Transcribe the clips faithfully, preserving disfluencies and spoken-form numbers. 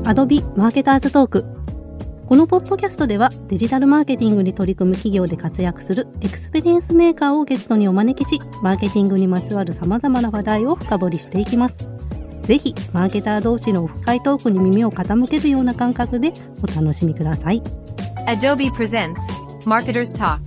Adobe マーケターズトーク。このポッドキャストではデジタルマーケティングに取り組む企業で活躍するエクスペリエンスメーカーをゲストにお招きし、マーケティングにまつわる様々な話題を深掘りしていきます。ぜひマーケター同士のオフ会トークに耳を傾けるような感覚でお楽しみください。 Adobe presents Marketers Talk。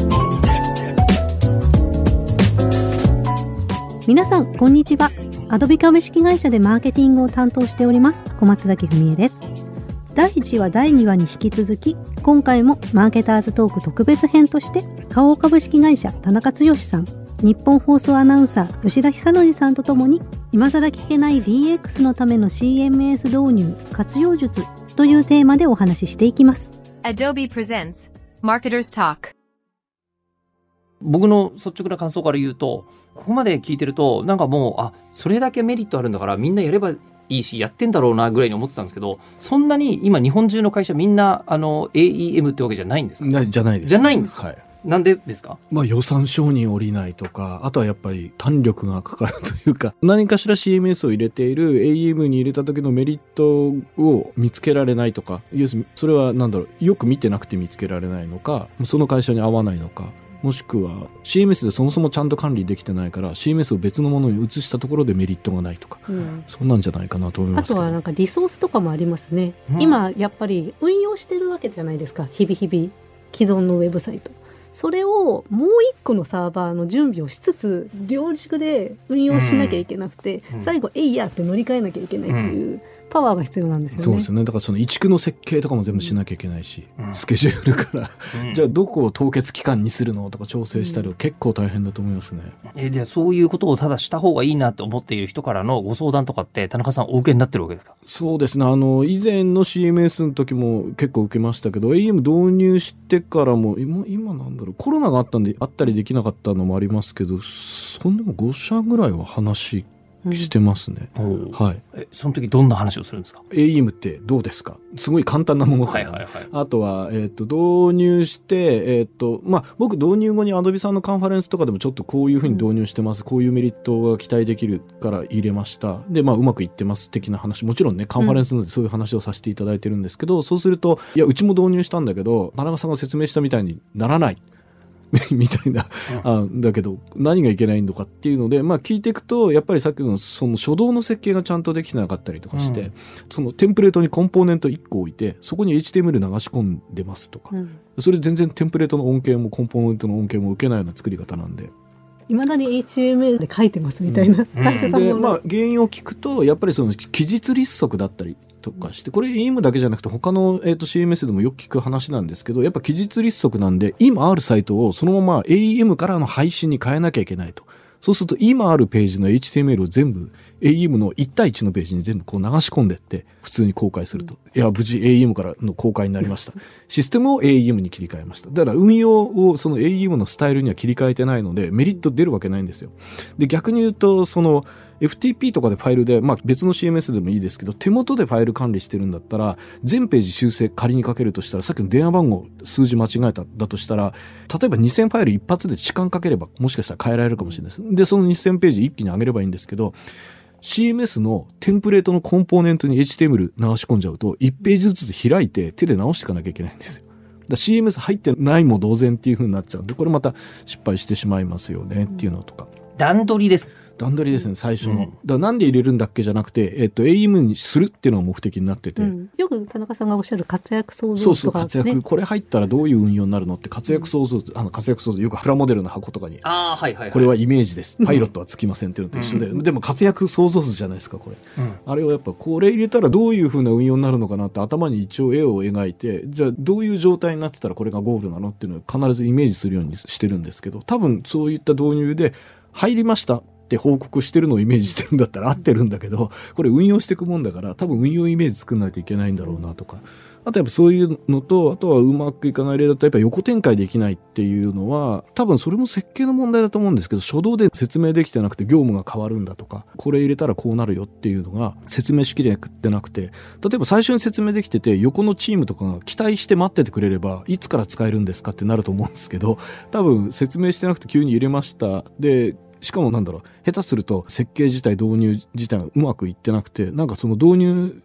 皆さんこんにちは。アドビ株式会社でマーケティングを担当しております小松崎文江です。だいいちわだいにわに引き続き、今回もマーケターズトーク特別編として花王株式会社田中剛さん、日本放送アナウンサー吉田久典さんとともに、今更聞けない ディーエックス のための シーエムエス 導入活用術というテーマでお話ししていきます。 Adobe presents Marketers Talk。 僕の率直な感想から言うと、ここまで聞いてるとなんかもうあそれだけメリットあるんだからみんなやればいいしやってんだろうなぐらいに思ってたんですけど、そんなに今日本中の会社みんなあの エーイーエム ってわけじゃないんですか？ なじゃないです。 じゃないんですか？ はい。 なんでですか？ まあ予算承認下りないとか、あとはやっぱり胆力がかかるというか、何かしら シーエムエス を入れている エーイーエム に入れた時のメリットを見つけられないとか、要するにそれはなんだろう、よく見てなくて見つけられないのか、その会社に合わないのか、もしくは シーエムエス でそもそもちゃんと管理できてないから シーエムエス を別のものに移したところでメリットがないとか、うん、そんなんじゃないかなと思いますけど。 あとはなんかリソースとかもありますね、うん、今やっぱり運用してるわけじゃないですか、日々日々既存のウェブサイト。それをもう一個のサーバーの準備をしつつ両軸で運用しなきゃいけなくて、うん、最後えいやって乗り換えなきゃいけないっていう、うん、パワーが必要なんですよね。 そうですね。だからその移築の設計とかも全部しなきゃいけないし、うん、スケジュールから、うん、じゃあどこを凍結期間にするのとか調整したりは結構大変だと思いますね。 えじゃあそういうことをただした方がいいなって思っている人からのご相談とかって田中さんお受けになってるわけですか？ そうですね。あの以前の シーエムエス の時も結構受けましたけど、 エーイーエム 導入してからも 今, 今なんだろうコロナがあったんであったりできなかったのもありますけど、そんでもご社ぐらいは話してますね、うんはい、 えその時どんな話をするんですか？ エーイーエム ってどうですか？すごい簡単なものから、はいはいはい、あとは、えー、と導入して、えーとまあ、僕導入後に Adobe さんのカンファレンスとかでもちょっとこういうふうに導入してます、うん、こういうメリットが期待できるから入れましたで、まあ、うまくいってます的な話、もちろんねカンファレンスでそういう話をさせていただいてるんですけど、うん、そうするといやうちも導入したんだけど田中さんが説明したみたいにならないみたいな、あだけど何がいけないのかっていうので、まあ、聞いていくとやっぱりさっきのその初動の設計がちゃんとできてなかったりとかして、うん、そのテンプレートにコンポーネントいっこ置いてそこに エイチティーエムエル 流し込んでますとか、うん、それ全然テンプレートの恩恵もコンポーネントの恩恵も受けないような作り方なんで、 いまだに エイチティーエムエル で書いてますみたいな会社さんも、 で、まあ、原因を聞くとやっぱりその期日立足だったりとかして、これ エーイーエム だけじゃなくて他の、えー、と シーエムエス でもよく聞く話なんですけど、やっぱ期日立足なんで今あるサイトをそのまま エーイーエム からの配信に変えなきゃいけないと。そうすると今あるページの エイチティーエムエル を全部 エーイーエム のいち対いちのページに全部こう流し込んでって普通に公開すると、うん、いや無事 エーイーエム からの公開になりましたシステムを エーイーエム に切り替えました。だから運用をその エーイーエム のスタイルには切り替えてないのでメリット出るわけないんですよ。で逆に言うとそのエフティーピー とかでファイルで、まあ、別の シーエムエス でもいいですけど手元でファイル管理してるんだったら全ページ修正仮にかけるとしたら、さっきの電話番号数字間違えただとしたら例えばにせんファイル一発で置換かければもしかしたら変えられるかもしれないです。でそのにせんページ一気に上げればいいんですけど、 シーエムエス のテンプレートのコンポーネントに エイチティーエムエル 流し込んじゃうといちページずつ開いて手で直していかなきゃいけないんですよ。だ シーエムエス 入ってないも同然っていう風になっちゃうんで、これまた失敗してしまいますよねっていうのとか、 段取りです。 段取りですね、最初の、うん、だからなんで入れるんだっけじゃなくて、えっと、エーイーエム にするっていうのが目的になってて、うん、 よく田中さんがおっしゃる活躍創造図とか、ね、 そうそう活躍、これ入ったらどういう運用になるのって活躍創造図、うん、あの活躍創造図よくプラモデルの箱とかにあ、はいはいはい、 これはイメージですパイロットはつきませんっていうのと一緒で、うん、でも活躍創造図じゃないですかこれ、うん、あれをやっぱこれ入れたらどういう風な運用になるのかなって頭に一応絵を描いて、じゃあどういう状態になってたらこれがゴールなのっていうのを必ずイメージするようにしてるんですけど、多分そういった導入で入りましたって報告してるのをイメージしてるんだったら合ってるんだけど、これ運用していくもんだから多分運用イメージ作んないといけないんだろうなとか、あとやっぱそういうのと、あとはうまくいかない例だとやっぱ横展開できないっていうのは多分それも設計の問題だと思うんですけど、初動で説明できてなくて業務が変わるんだとか、これ入れたらこうなるよっていうのが説明しきれなくてなくて、例えば最初に説明できてて横のチームとかが期待して待っててくれればいつから使えるんですかってなると思うんですけど、多分説明してなくて急に入れましたで、しかもなんだろう、下手すると設計自体導入自体がうまくいってなくて、なんかその導入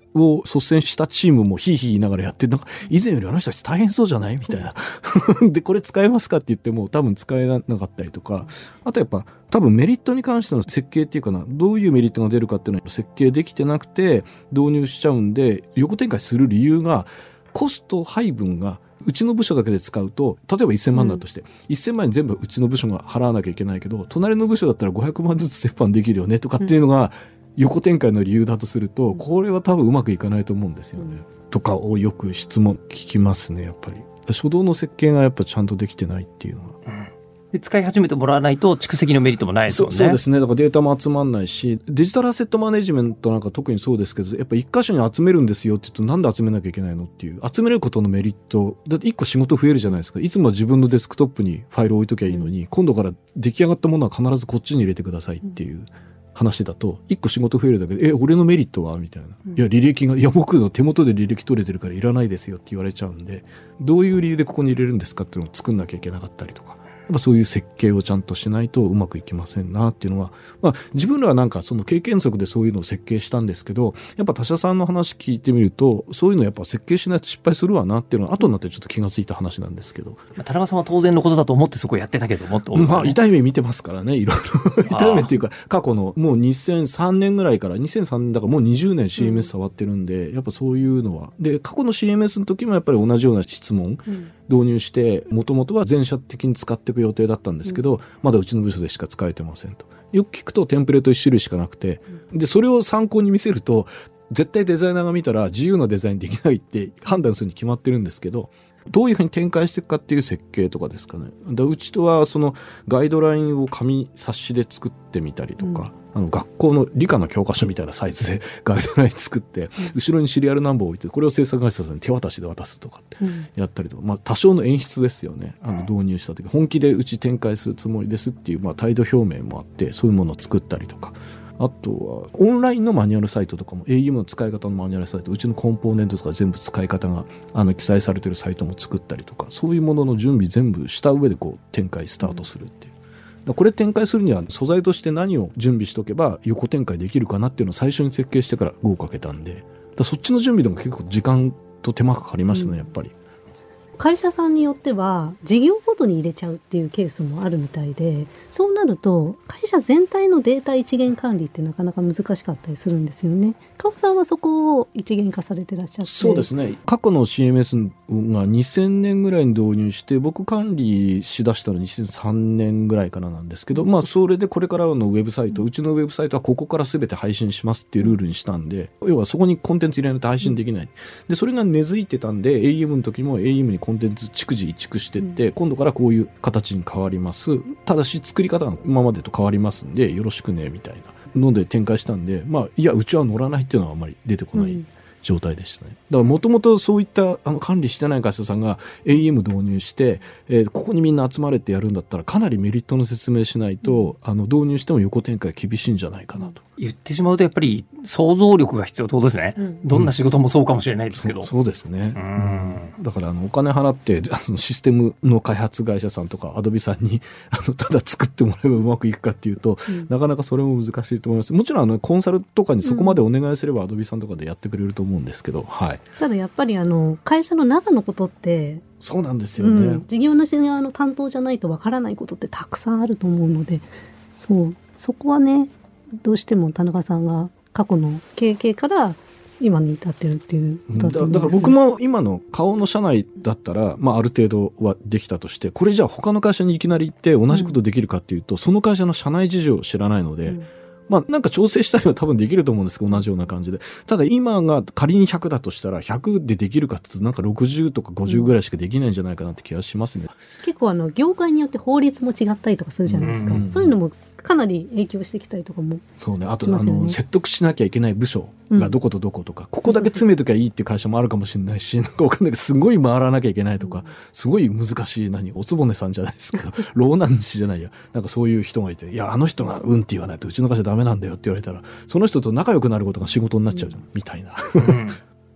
を率先したチームもヒーヒー言いながらやって、なんか以前よりあの人たち大変そうじゃないみたいなでこれ使えますかって言っても多分使えなかったりとか、あとやっぱ多分メリットに関しての設計っていうかな、どういうメリットが出るかっていうのを設計できてなくて導入しちゃうんで、横展開する理由がコスト配分がうちの部署だけで使うと、例えばせんまんだとして、うん、せんまん円全部うちの部署が払わなきゃいけないけど、隣の部署だったらごひゃくまんずつ折半できるよねとかっていうのが横展開の理由だとすると、これは多分うまくいかないと思うんですよね、うん、とかをよく質問聞きますね。やっぱり初動の設計がやっぱちゃんとできてないっていうのは、うん、 で使い始めてもらわないと蓄積のメリットもないですよね。 そ, そうですね。だからデータも集まんないし、デジタルアセットマネジメントなんか特にそうですけど、やっぱ一箇所に集めるんですよって言うと、なんで集めなきゃいけないのっていう、集めることのメリットだって一個仕事増えるじゃないですか。いつもは自分のデスクトップにファイル置いときゃいいのに、今度から出来上がったものは必ずこっちに入れてくださいっていう話だと、一個仕事増えるだけで、え俺のメリットはみたいな、いや履歴が、いや僕の手元で履歴取れてるからいらないですよって言われちゃうんで、どういう理由でここに入れるんですかっていうのを作んなきゃいけなかったりとか、やっぱそういう設計をちゃんとしないとうまくいきませんなっていうのは、まあ、自分らはなんかその経験則でそういうのを設計したんですけど、やっぱ他社さんの話聞いてみると、そういうのやっぱ設計しないと失敗するわなっていうのは後になってちょっと気がついた話なんですけど、 まあ、田中さんは当然のことだと思ってそこやってたけどもって、ね、 まあ痛い目見てますからね、いろいろ痛い目っていうか、過去のもうにせんさんねんぐらいからにせんさんねんだからもうにじゅうねん シーエムエス 触ってるんで、うん、やっぱそういうのはで、過去の シーエムエス の時もやっぱり同じような質問、うん導入してもともとは全社的に使っていく予定だったんですけど、うん、まだうちの部署でしか使えてませんと。よく聞くとテンプレートいち種類しかなくて、うん、でそれを参考に見せると絶対デザイナーが見たら自由なデザインできないって判断するに決まってるんですけど、どういうふうに展開していくかっていう設計とかですかね。だうちとはそのガイドラインを紙冊子で作ってみたりとか、うん、あの学校の理科の教科書みたいなサイズでガイドライン作って、うん、後ろにシリアルナンバーを置いてこれを制作会社さんに手渡しで渡すとかってやったりとか、うんまあ、多少の演出ですよね。あの導入した時本気でうち展開するつもりですっていう、まあ、態度表明もあって、そういうものを作ったりとか、あとはオンラインのマニュアルサイトとかも エーイーエム の使い方のマニュアルサイト、うちのコンポーネントとか全部使い方があの記載されているサイトも作ったりとか、そういうものの準備全部した上でこう展開スタートするっていう、だこれ展開するには素材として何を準備しとけば横展開できるかなっていうのを最初に設計してからごをかけたんで、だそっちの準備でも結構時間と手間がかかりましたね、うん、やっぱり。 会社さんによっては事業ごとに入れちゃうっていうケースもあるみたいで、そうなると会社全体のデータ一元管理ってなかなか難しかったりするんですよね。川さんはそこを一元化されてらっしゃって。 そうですね。過去の シーエムエス がにせんねんぐらいに導入して、僕管理しだしたのにせんさんねんぐらいからなんですけど、まあそれでこれからのウェブサイト、うちのウェブサイトはここから全て配信しますっていうルールにしたんで、要はそこにコンテンツ入れないと配信できない。でそれが根付いてたんで エーイーエム の時も エーイーエム にコンテンツ逐次移築してって、うん、今度からこういう形に変わります、ただし作り方が今までと変わりますんでよろしくねみたいなので展開したんで、まあいやうちは乗らないっていうのはあまり出てこない状態でしたね。だからもともとそういったあの管理してない会社さんが エーイーエム 導入して、えー、ここにみんな集まれてやるんだったらかなりメリットの説明しないと、うん、あの導入しても横展開厳しいんじゃないかなと、 言ってしまうとやっぱり想像力が必要ってことですね、うん、どんな仕事もそうかもしれないですけど、 うん、そ, そうですね、うんうん、だからあのお金払ってあのシステムの開発会社さんとかアドビさんにあのただ作ってもらえばうまくいくかっていうと、うん、なかなかそれも難しいと思います。もちろんあのコンサルとかにそこまでお願いすればアドビさんとかでやってくれると思うんですけど、はい、 ただやっぱりあの会社の中のことってそうなんですよね、うん、 事業主側の担当じゃないとわからないことってたくさんあると思うので、そうそこはねどうしても田中さんが過去の経験から今に至ってるっていうことだと思います、ね、だ, だから僕も今の顔の社内だったら、まあ、ある程度はできたとして、これじゃあ他の会社にいきなり行って同じことできるかっていうと、うん、その会社の社内事情を知らないので、うんまあ、なんか調整したりは多分できると思うんですけど同じような感じで、ただ今が仮にひゃくだとしたらひゃくでできるかっていうとなんかろくじゅうとかごじゅうぐらいしかできないんじゃないかなって気がしますね、 うん、結構あの業界によって法律も違ったりとかするじゃないですか、うんうん、そういうのもかなり影響してきたりとかも、ね、 そうね、あとあの説得しなきゃいけない部署がどことどことか、うん、ここだけ詰めときゃいいっていう会社もあるかもしれないし、なんかわかんないけどすごい回らなきゃいけないとか、うん、すごい難しい何おつぼねさんじゃないですけど老男子じゃないや、なんかそういう人がいて、いやあの人がうんって言わないとうちの会社ダメなんだよって言われたらその人と仲良くなることが仕事になっちゃうじゃん、うん、みたいな、うん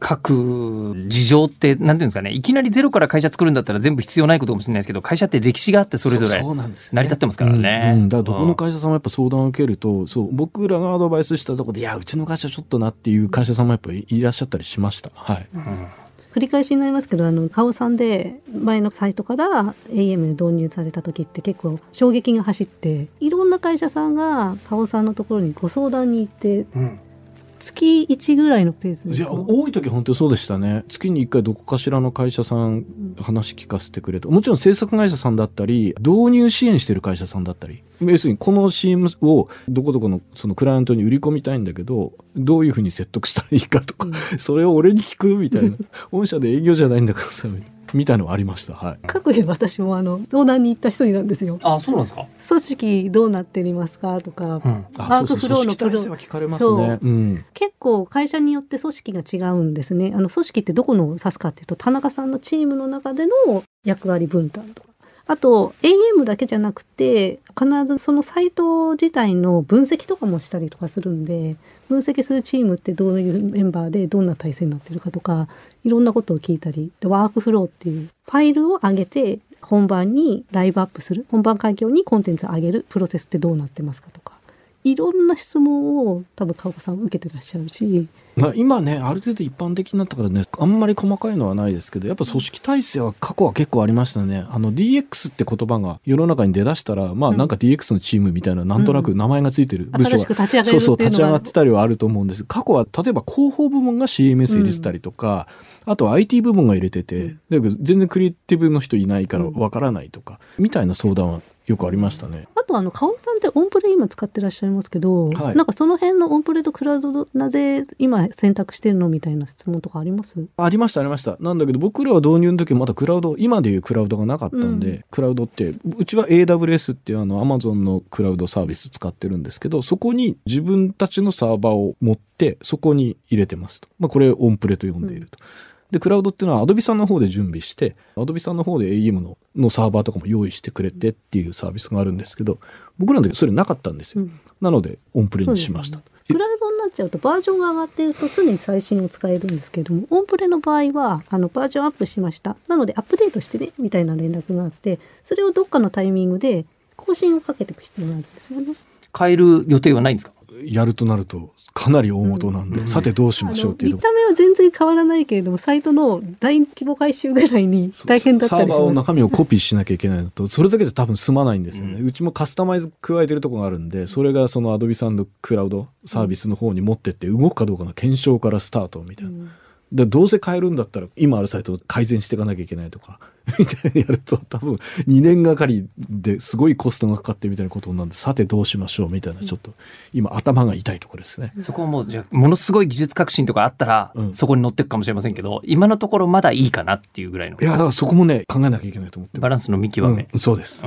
各事情ってなんていうんですかね、いきなりゼロから会社作るんだったら全部必要ないことかもしれないですけど、会社って歴史があってそれぞれ成り立ってますからね。 うんうん、だからどこの会社さんもやっぱ相談を受けると、そう僕らがアドバイスしたところで、いやうちの会社ちょっとなっていう会社さんもやっぱりいらっしゃったりしました。はい、うん、 繰り返しになりますけど、あの花王さんで前のサイトから エーイーエム で導入された時って結構衝撃が走って、いろんな会社さんが花王さんのところにご相談に行って、うん、月いちぐらいのペースですか？いや多い時本当にそうでしたね。月にいっかいどこかしらの会社さん話聞かせてくれと、もちろん制作会社さんだったり導入支援してる会社さんだったり、要するにこの シーエム をどこどこのそのクライアントに売り込みたいんだけどどういうふうに説得したらいいかとか、うん、それを俺に聞くみたいな御社で営業じゃないんだからさみたいなのありました。はい。 各言私もあの相談に行った一人なんですよ。 あ、そうなんですか。 組織どうなっていますかとか、うん、ワークフローのプロ、 そうそう、組織体制は聞かれますね。うん、 結構会社によって組織が違うんですね。あの組織ってどこのを指すかっていうと、田中さんのチームの中での役割分担とか、あと エーイーエム だけじゃなくて必ずそのサイト自体の分析とかもしたりとかするんで、分析するチームってどういうメンバーでどんな体制になってるかとか、いろんなことを聞いたり、ワークフローっていうファイルを上げて本番にライブアップする、本番環境にコンテンツを上げるプロセスってどうなってますかとか、いろんな質問を多分川岡さん受けてらっしゃるし、 まあ、今ねある程度一般的になったからね、あんまり細かいのはないですけど、やっぱ組織体制は過去は結構ありましたね。あの ディーエックス って言葉が世の中に出だしたら、まあなんか ディーエックス のチームみたいな、なんとなく名前がついてる部署が、うん、新しく立ち上がるっていうのが、そうそう立ち上がってたりはあると思うんです。過去は例えば広報部門が シーエムエス 入れてたりとか、うん、あとは アイティー 部門が入れてて、うん、だけど全然クリエイティブの人いないからわからないとか、うん、みたいな相談はよくありましたね。 あとあの花王さんってオンプレ今使ってらっしゃいますけど、はい、なんかその辺のオンプレとクラウドなぜ今選択してるのみたいな質問とかあります？ ありましたありました。なんだけど僕らは導入の時はまだクラウド、今でいうクラウドがなかったんで、うん、クラウドってうちは エーダブリューエス っていうあの Amazon のクラウドサービス使ってるんですけど、そこに自分たちのサーバーを持ってそこに入れてますと、まあ、これオンプレと呼んでいると、うんでクラウドっていうのは Adobe さんの方で準備して、Adobe さんの方で エーイーエム の, のサーバーとかも用意してくれてっていうサービスがあるんですけど、僕らの時それなかったんですよ、うん、なのでオンプレにしました、ね、 クラウドになっちゃうとバージョンが上がっていると常に最新を使えるんですけれども、オンプレの場合はあのバージョンアップしました、なのでアップデートしてねみたいな連絡があって、それをどっかのタイミングで更新をかけていく必要があるんですよね。 変える予定はないんですか？ やるとなるとかなり大元なんで、うん、さてどうしましょうっていうと、 見た目は全然変わらないけれどもサイトの大規模改修ぐらいに大変だったりします。 サーバーを中身をコピーしなきゃいけないのとそれだけじゃ多分済まないんですよね、うん、うちもカスタマイズ加えてるところがあるんで、それがその Adobe さんのクラウドサービスの方に持ってって動くかどうかの検証からスタートみたいな、うんでどうせ変えるんだったら今あるサイトを改善していかなきゃいけないとかみたいにやると多分にねんがかりですごいコストがかかってみたいなことなんで、さてどうしましょうみたいな、ちょっと今頭が痛いところですね。 そこはもうじゃものすごい技術革新とかあったら、うん、そこに乗っていくかもしれませんけど、今のところまだいいかなっていうぐらいの。 いやだからそこもね考えなきゃいけないと思ってバランスの見極め、 うん、そうです。 うん、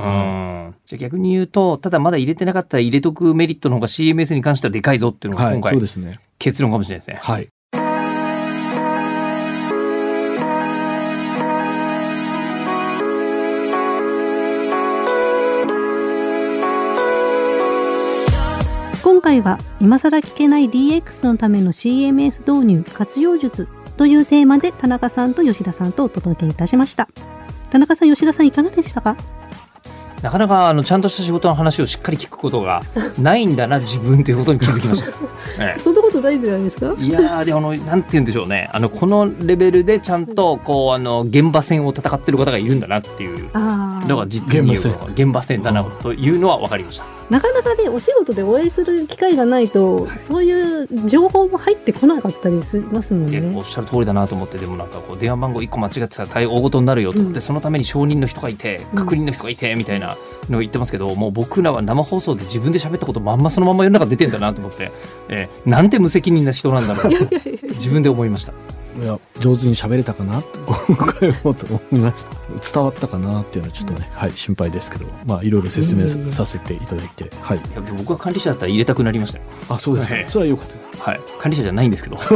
じゃあ逆に言うと、ただまだ入れてなかったら入れとくメリットの方が シーエムエス に関してはでかいぞっていうのが今回、はい、そうですね、結論かもしれないですね。 はい。 今回は今更聞けない ディーエックス のための シーエムエス 導入活用術というテーマで田中さんと吉田さんとお届けいたしました。田中さん、吉田さんいかがでしたか？ なかなかあのちゃんとした仕事の話をしっかり聞くことがないんだな自分ということに気づきました、 ね、そんなことないんじゃないですか？ いやであのなんて言うんでしょうね、あのこのレベルでちゃんとこうあの現場戦を戦っている方がいるんだなっていうのが実に現場戦、現場戦だなというのは分かりました。 なかなかねお仕事でお会いする機会がないと、はい、そういう情報も入ってこなかったりしますもんね。 おっしゃる通りだなと思って、でもなんかこう電話番号いっこ間違ってたら大大事になるよと思って、うん、そのために承認の人がいて確認の人がいてみたいなのを言ってますけど、うん、もう僕らは生放送で自分で喋ったことまんまそのまま世の中出てんだなと思って、えー、なんて無責任な人なんだろうと自分で思いました。 いや上手に喋れたかなと今回もと思いました。伝わったかなっていうのはちょっとね、うん、はい心配ですけど、まあいろいろ説明させていただいて、はい。いや僕は管理者だったら入れたくなりましたよ。 あ、そうですか、はい、それは良かった。 はい、管理者じゃないんですけど、はい、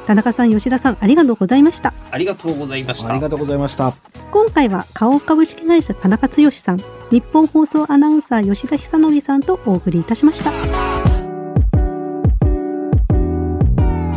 田中さん、吉田さん、ありがとうございました。 ありがとうございました。 ありがとうございました。 今回は花王株式会社田中剛さん、日本放送アナウンサー吉田久典さんとお送りいたしました。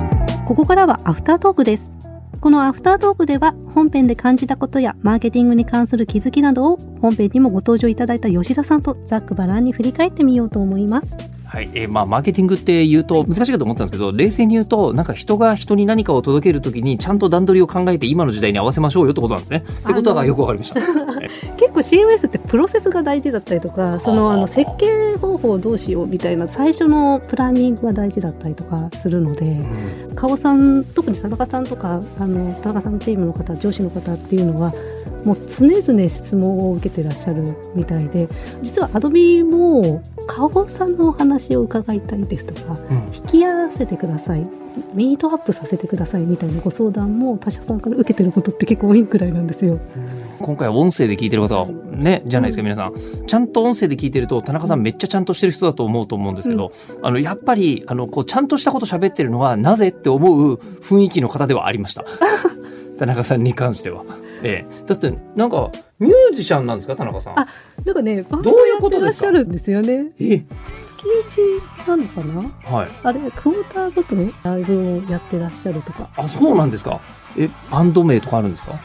ここからはアフタートークです。このアフタートークでは本編で感じたことやマーケティングに関する気づきなどを本編にもご登場いただいた吉田さんとざっくばらんに振り返ってみようと思います。 はい、えーまあ、マーケティングって言うと難しいかと思ったんですけど、冷静に言うとなんか人が人に何かを届けるときにちゃんと段取りを考えて今の時代に合わせましょうよってことなんですね。ってことがよくわかりました。 結構 シーエムエス ってプロセスが大事だったりとか、そのあの設計方法をどうしようみたいな最初のプランニングが大事だったりとかするので、うん、加尾さん、特に田中さんとかあの田中さんのチームの方、上司の方っていうのはもう常々質問を受けてらっしゃるみたいで、実はアドビも加尾さんのお話を伺いたいですとか、うん、引き合わせてください、ミートアップさせてくださいみたいなご相談も他社さんから受けてることって結構多いくらいなんですよ。 今回は音声で聞いてる方はね、じゃないですか、皆さん。ちゃんと音声で聞いてると田中さんめっちゃちゃんとしてる人だと思うと思うんですけど、うん、あのやっぱりあのこうちゃんとしたこと喋ってるのはなぜって思う雰囲気の方ではありました。田中さんに関しては、ええ、だってなんかミュージシャンなんですか、田中さん。 あ、なんかね、バンドやってらっしゃるんですよね。 ええ、 月いちなのかな、はい、あれクォーターごとのライブをやってらっしゃるとか。 あ、そうなんですか。え、バンド名とかあるんですか。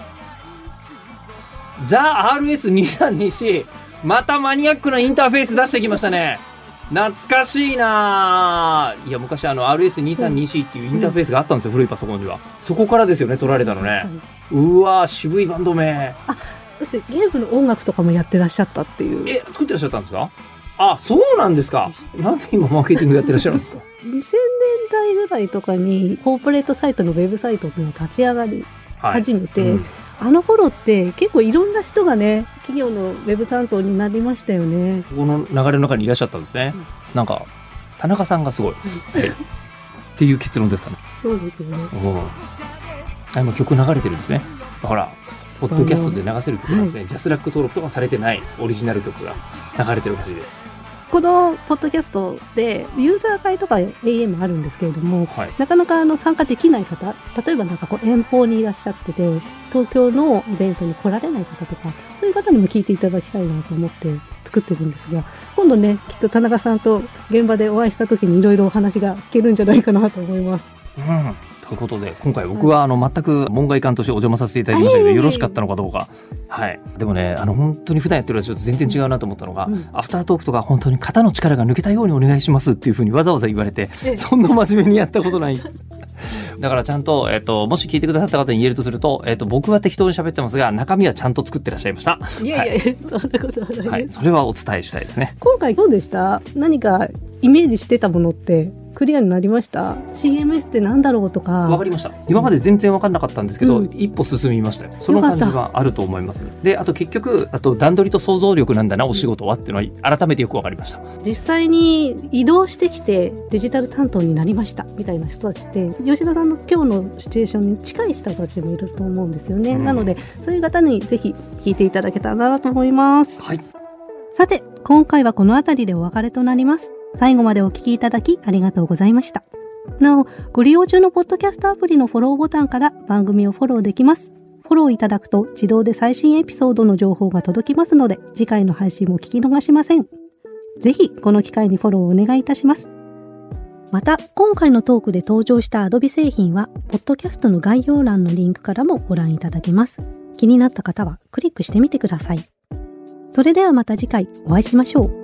ザ・アールエスにさんにシー、 またマニアックなインターフェース出してきましたね。懐かしいな。いや、昔あの アールエスにさんにシー っていうインターフェースがあったんですよ、うん、古いパソコンには。そこからですよね、取られたのね。うわ、渋いバンド名。 あ、だってゲームの音楽とかもやってらっしゃったっていう。 え、作ってらっしゃったんですか。あ、そうなんですか。なんで今マーケティングやってらっしゃるんですか。 にせんねんだいぐらいとかにコーポレートサイトのウェブサイトっていうのが立ち上がり始めて、はい、うん、あの頃って結構いろんな人がね、企業のウェブ担当になりましたよね。 ここの流れの中にいらっしゃったんですね、うん、なんか田中さんがすごい、うん、っていう結論ですかね。 そうですよね。 あ、今曲流れてるんですね。だからポッドキャストで流せる曲なんですね、はい、ジャスラック登録とかされてないオリジナル曲が流れてるらしいです。 このポッドキャストでユーザー会とか エーエム あるんですけれども、はい、なかなかあの参加できない方、例えばなんかこう遠方にいらっしゃってて東京のイベントに来られない方とか、そういう方にも聞いていただきたいなと思って作ってるんですが、今度ね、きっと田中さんと現場でお会いした時にいろいろお話が聞けるんじゃないかなと思います。 うん、ということで今回僕はあの全く門外漢としてお邪魔させていただきましたけど、よろしかったのかどうか。はい、でもね、あの本当に普段やってると全然違うなと思ったのが、うん、アフタートークとか本当に肩の力が抜けたようにお願いしますっていうふうにわざわざ言われて、そんな真面目にやったことない。だからちゃんと、えっと、もし聞いてくださった方に言えるとすると、えっと、僕は適当に喋ってますが中身はちゃんと作ってらっしゃいました。 いやいやいや、はい、そんなことはないです、はい、 それはお伝えしたいですね。 今回どうでした？何かイメージしてたものってクリアになりました？ シーエムエス ってなんだろうとか。 分かりました。今まで全然分かんなかったんですけど、うん、一歩進みましたよ。その感じはあると思います。で、あと結局あと段取りと想像力なんだな、お仕事はっていうのは改めてよく分かりました。 実際に移動してきてデジタル担当になりましたみたいな人たちって吉田さんの今日のシチュエーションに近い人たちもいると思うんですよね、うん、なのでそういう方にぜひ聞いていただけたらなと思います、はい、さて今回はこのあたりでお別れとなります。最後までお聞きいただきありがとうございました。なお、ご利用中のポッドキャストアプリのフォローボタンから番組をフォローできます。フォローいただくと自動で最新エピソードの情報が届きますので、次回の配信も聞き逃しません。ぜひこの機会にフォローをお願いいたします。また、今回のトークで登場した Adobe 製品は、ポッドキャストの概要欄のリンクからもご覧いただけます。気になった方はクリックしてみてください。それではまた次回お会いしましょう。